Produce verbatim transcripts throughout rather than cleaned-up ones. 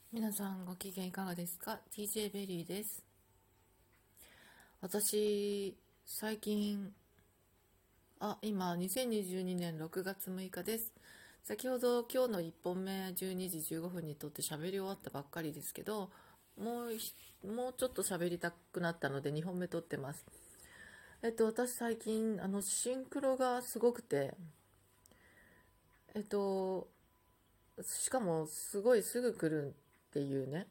皆さんご機嫌いかがですか？ ティージェー ベリーです。私、最近、あ、今、にせんにじゅうにねんろくがつむいかです。先ほど今日のいっぽんめじゅうにじじゅうごふんにとって喋り終わったばっかりですけど、もうひ、もうちょっと喋りたくなったのでにほんめ撮ってます。えっと、私最近、あの、シンクロがすごくて、えっと、しかもすごいすぐ来るっていうね。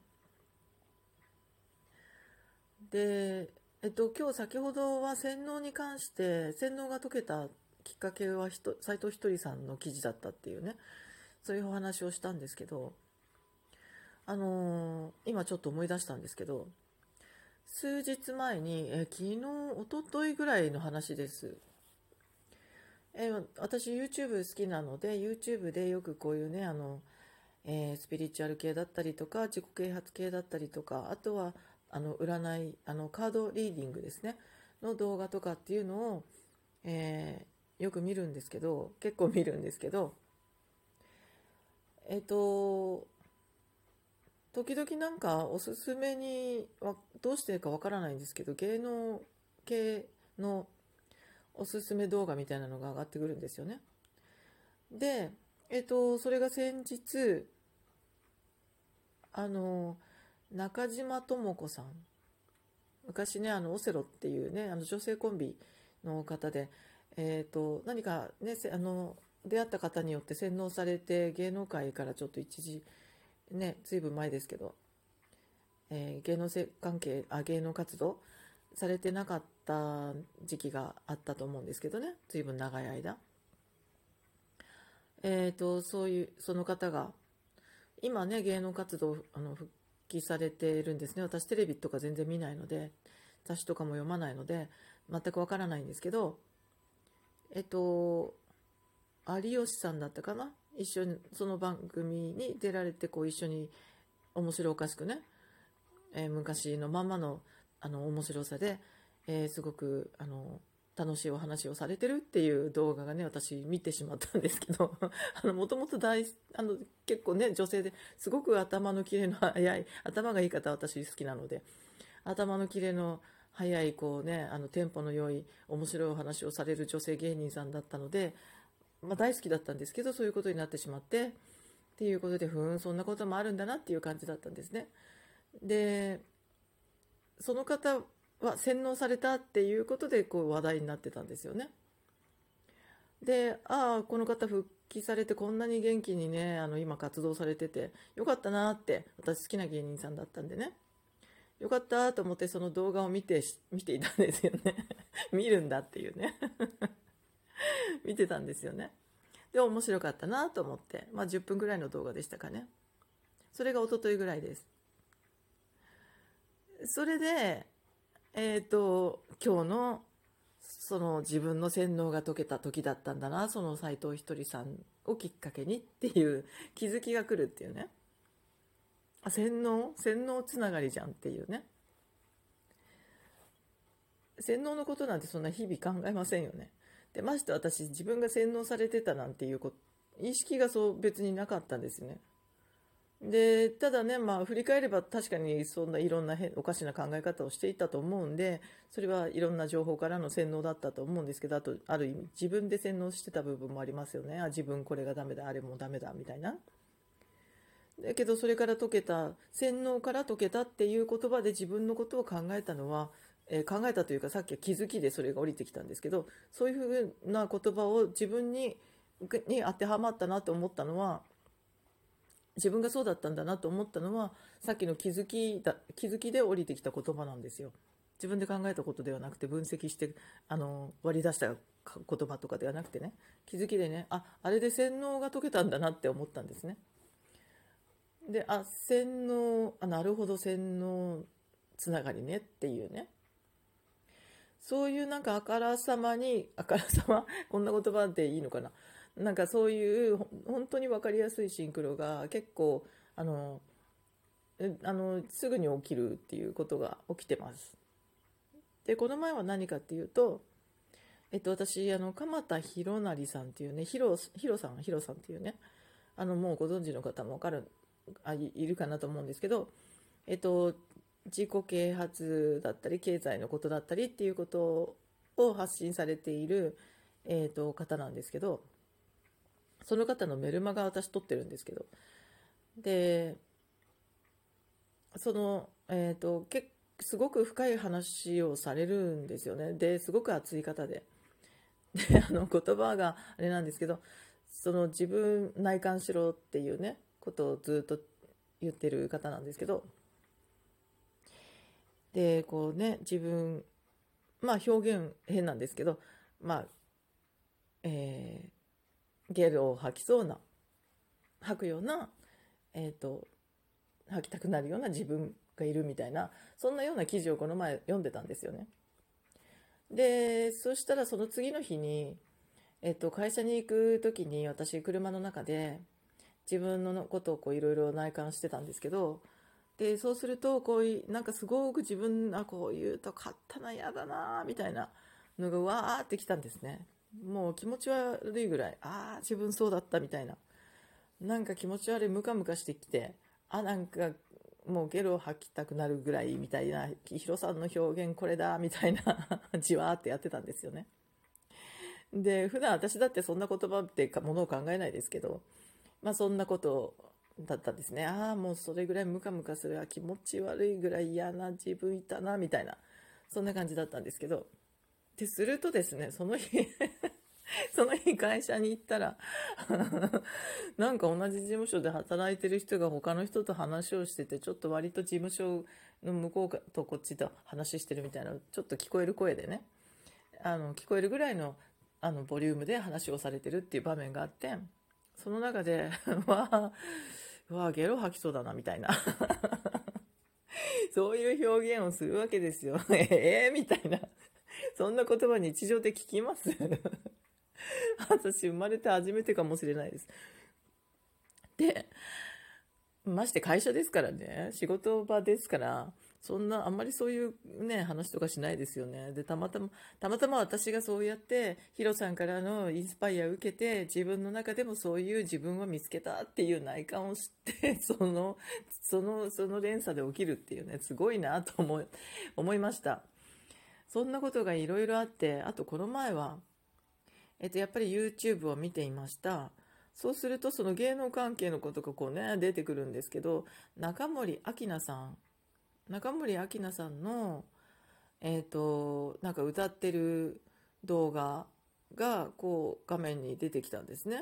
で、えっと、今日先ほどは洗脳に関して洗脳が解けたきっかけはひと斉藤ひとりさんの記事だったっていうね、そういうお話をしたんですけど、あのー今ちょっと思い出したんですけど、数日前に、え昨日一昨日ぐらいの話です。え私 YouTube 好きなので YouTube でよくこういうね、あのえースピリチュアル系だったりとか自己啓発系だったりとか、あとはあの占い、あのカードリーディングですねの動画とかっていうのを、えーよく見るんですけど、結構見るんですけど、えっ、と時々なんかおすすめにはどうしてかわからないんですけど、芸能系のおすすめ動画みたいなのが上がってくるんですよね。で、えっ、とそれが先日、あの中島智子さん、昔ね、あのオセロっていうね、あの女性コンビの方で、えー、と何かね、せあの出会った方によって洗脳されて芸能界からちょっと一時ね、ずいぶん前ですけど、えー芸能せ関係あ芸能活動されてなかった時期があったと思うんですけどね、ずいぶん長い間、えー、とそういうその方が今ね、芸能活動あの復帰されているんですね。私テレビとか全然見ないので、雑誌とかも読まないので全くわからないんですけど、えっと有吉さんだったかな、一緒にその番組に出られて、こう一緒に面白おかしくね、えー昔のままのあの面白さで、えーすごくあの楽しいお話をされてるっていう動画がね、私見てしまったんですけど、もともと大あの結構ね、女性ですごく頭のキレの速い、頭がいい方は私好きなので、頭のキレの速い、こうね、あのテンポの良い面白いお話をされる女性芸人さんだったので、まあ、大好きだったんですけど、そういうことになってしまって、っていうことで、ふーん、そんなこともあるんだなっていう感じだったんですね。で、その方は洗脳されたっていうことでこう話題になってたんですよね。で、ああ、この方復帰されてこんなに元気にね、あの今活動されててよかったなって、私好きな芸人さんだったんでね、よかったと思ってその動画を見て見ていたんですよね。見るんだっていうね。見てたんですよね。で、面白かったなと思って、まあじゅっぷんぐらいの動画でしたかね。それが一昨日ぐらいです。それで、えっ、と、今日のその自分の洗脳が解けた時だったんだな、その斎藤ひとりさんをきっかけにっていう気づきが来るっていうね。あ、洗脳洗脳つながりじゃんっていうね。洗脳のことなんてそんな日々考えませんよね。で、まして私自分が洗脳されてたなんていうこと、意識がそう別になかったんですね。で、ただね、まあ振り返れば確かにそんないろんな変おかしな考え方をしていたと思うんで、それはいろんな情報からの洗脳だったと思うんですけど、あとある意味自分で洗脳してた部分もありますよね。あ、自分これがダメだ、あれもダメだみたいな。だけどそれから解けた、洗脳から解けたっていう言葉で自分のことを考えたのは、えー考えたというか、さっきは気づきでそれが降りてきたんですけど、そういうふうな言葉を自分にに当てはまったなと思ったのは、自分がそうだったんだなと思ったのは、さっきの気づきだ気づきで降りてきた言葉なんですよ。自分で考えたことではなくて、分析してあの割り出した言葉とかではなくてね、気づきでね、あ、あれで洗脳が解けたんだなって思ったんですね。で、あ、洗脳、あ、なるほど、洗脳つながりねっていうね、そういうなんかあからさまに、あからさま、こんな言葉でいいのかな。なんかそういうほ本当に分かりやすいシンクロが結構、あの、えあの、すぐに起きるっていうことが起きてます。で、この前は何かっていうと、えっと、私、あの、鎌田宏成さんっていうね、ヒロ、ヒロさん、ヒロさんっていうね、あの、もうご存知の方もわかるあいいるかなと思うんですけど、えっと、自己啓発だったり経済のことだったりっていうことを発信されている、えっと、方なんですけど、その方のメルマガ私取ってるんですけど、でその、えっと、けすごく深い話をされるんですよね。ですごく熱い方で、であの言葉があれなんですけど、その自分内観しろっていうねことをずっと言ってる方なんですけど、でこうね自分、まあ表現変なんですけど、まあ、えーゲロを吐きそうな吐くような、えーと吐きたくなるような自分がいるみたいな、そんなような記事をこの前読んでたんですよね。でそしたらその次の日に、えっと、会社に行く時に私車の中で自分のことをこういろいろ内観してたんですけど、でそうするとこういうなんかすごく自分あこういうと勝ったな嫌だなみたいなのがわーってきたんですね。もう気持ち悪いぐらい、ああ自分そうだったみたいな、なんか気持ち悪いムカムカしてきて、あなんかもうゲロ吐きたくなるぐらいみたいな、ヒロさんの表現これだみたいなじわーってやってたんですよね。で普段私だってそんな言葉ってものを考えないですけど、まあそんなことだったんですね。ああもうそれぐらいムカムカする、気持ち悪いぐらい嫌な自分いたなみたいな、そんな感じだったんですけど、でするとですね、その日その日会社に行ったらなんか同じ事務所で働いてる人が他の人と話をしてて、ちょっと割と事務所の向こうとこっちと話してるみたいな、ちょっと聞こえる声でね、あの聞こえるぐらいのあのボリュームで話をされてるっていう場面があって、その中でわあわあゲロ吐きそうだなみたいなそういう表現をするわけですよええー、みたいな、そんな言葉日常で聞きます私生まれて初めてかもしれないです。でまして会社ですからね、仕事場ですから、そんなあんまりそういうね話とかしないですよね。でたまたまたまたま私がそうやってヒロさんからのインスパイアを受けて、自分の中でもそういう自分を見つけたっていう内観を知ってそのそのその連鎖で起きるっていうね、すごいなと思い思いました。そんなことがいろいろあって、あとこの前は、えっと、やっぱり YouTube を見ていました。そうするとその芸能関係のことがこうね出てくるんですけど、中森明菜さん中森明菜さんのえっとなんか歌ってる動画がこう画面に出てきたんですね。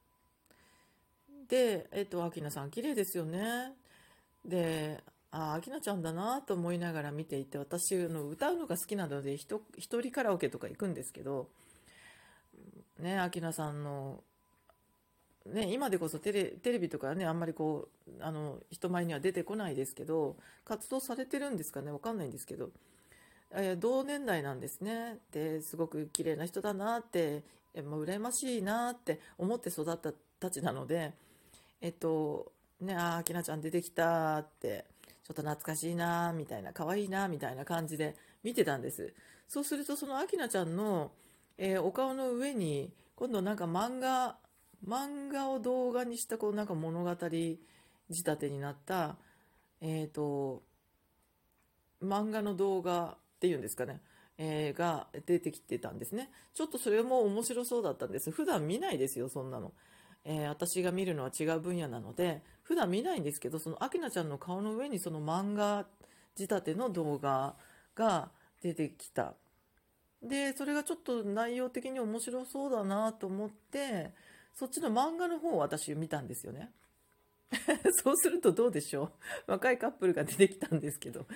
で、えっと、明菜さん綺麗ですよね。で、ああ明菜ちゃんだなと思いながら見ていて、私の歌うのが好きなのでひと一人カラオケとか行くんですけどね、明菜さんのね、今でこそテレ、テレビとかねあんまりこうあの人前には出てこないですけど、活動されてるんですかね、わかんないんですけど、えー同年代なんですね。ですごく綺麗な人だなって、えもう羨ましいなって思って育ったたちなので、えっとね、ああ明菜ちゃん出てきたって、ちょっと懐かしいなみたいな、可愛いなみたいな感じで見てたんです。そうするとその明菜ちゃんの、えーお顔の上に今度なんか漫画漫画を動画にしたこうなんか物語仕立てになった、えーと漫画の動画っていうんですかね、えーが出てきてたんですね。ちょっとそれも面白そうだったんです。普段見ないですよそんなの、えー私が見るのは違う分野なので普段見ないんですけど、その明菜ちゃんの顔の上にその漫画仕立ての動画が出てきた。でそれがちょっと内容的に面白そうだなと思って、そっちの漫画の方を私見たんですよね。そうするとどうでしょう、若いカップルが出てきたんですけど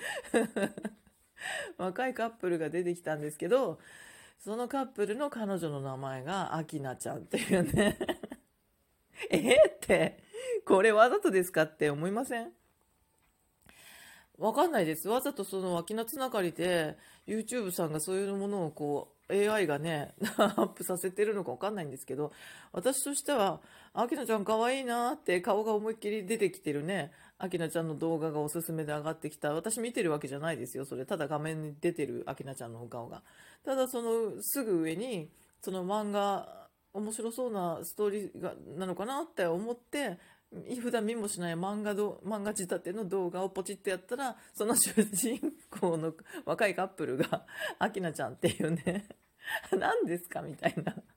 若いカップルが出てきたんですけど、そのカップルの彼女の名前がアキナちゃんっていうねえーってこれわざとですかって思いません？わかんないです。わざとその脇のつながりで YouTube さんがそういうものをこう エーアイ がねアップさせてるのかわかんないんですけど、私としてはあきなちゃん可愛いなって顔が思いっきり出てきてるね、あきなちゃんの動画がおすすめで上がってきた。私見てるわけじゃないですよそれ、ただ画面に出てるあきなちゃんの顔が。ただそのすぐ上にその漫画面白そうなストーリーがなのかなって思って普段見もしない漫画ど漫画仕立ての動画をポチッとやったら、その主人公の若いカップルがアキナちゃんっていうね何ですかみたいな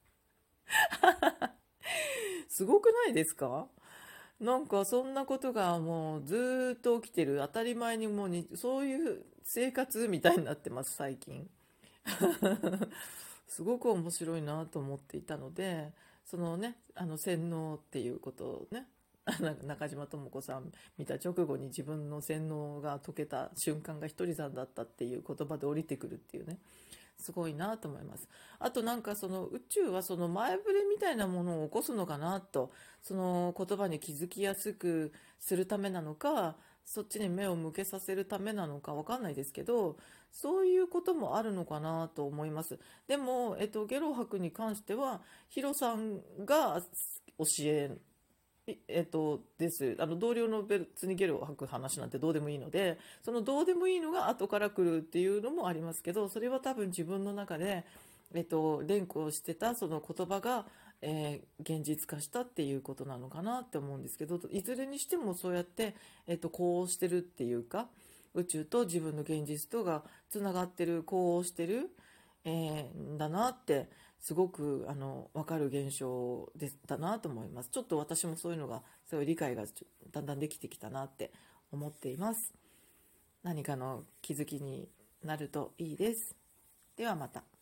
すごくないですか？なんかそんなことがもうずーっと起きてる、当たり前にもうにそういう生活みたいになってます最近すごく面白いなと思っていたので、そのね、あの洗脳っていうことをね、中島智子さん見た直後に自分の洗脳が解けた瞬間がひとりさんだったっていう言葉で降りてくるっていうね、すごいなと思います。あとなんかその宇宙はその前触れみたいなものを起こすのかなと、その言葉に気づきやすくするためなのか、そっちに目を向けさせるためなのかわかんないですけど、そういうこともあるのかなと思います。でも、えっと、ゲロ博に関してはヒロさんが教ええっと、です。あの、同僚の別にゲロを吐く話なんてどうでもいいので、そのどうでもいいのが後から来るっていうのもありますけど、それは多分自分の中で、えっと、連呼をしてたその言葉が、えー現実化したっていうことなのかなって思うんですけど、いずれにしてもそうやって、えっと、こうしてるっていうか、宇宙と自分の現実とがつながってる、こうしてる、えーだなってすごくあの分かる現象でだなと思います。ちょっと私もそういうのがそういう理解がちょだんだんできてきたなって思っています。何かの気づきになるといいです。ではまた。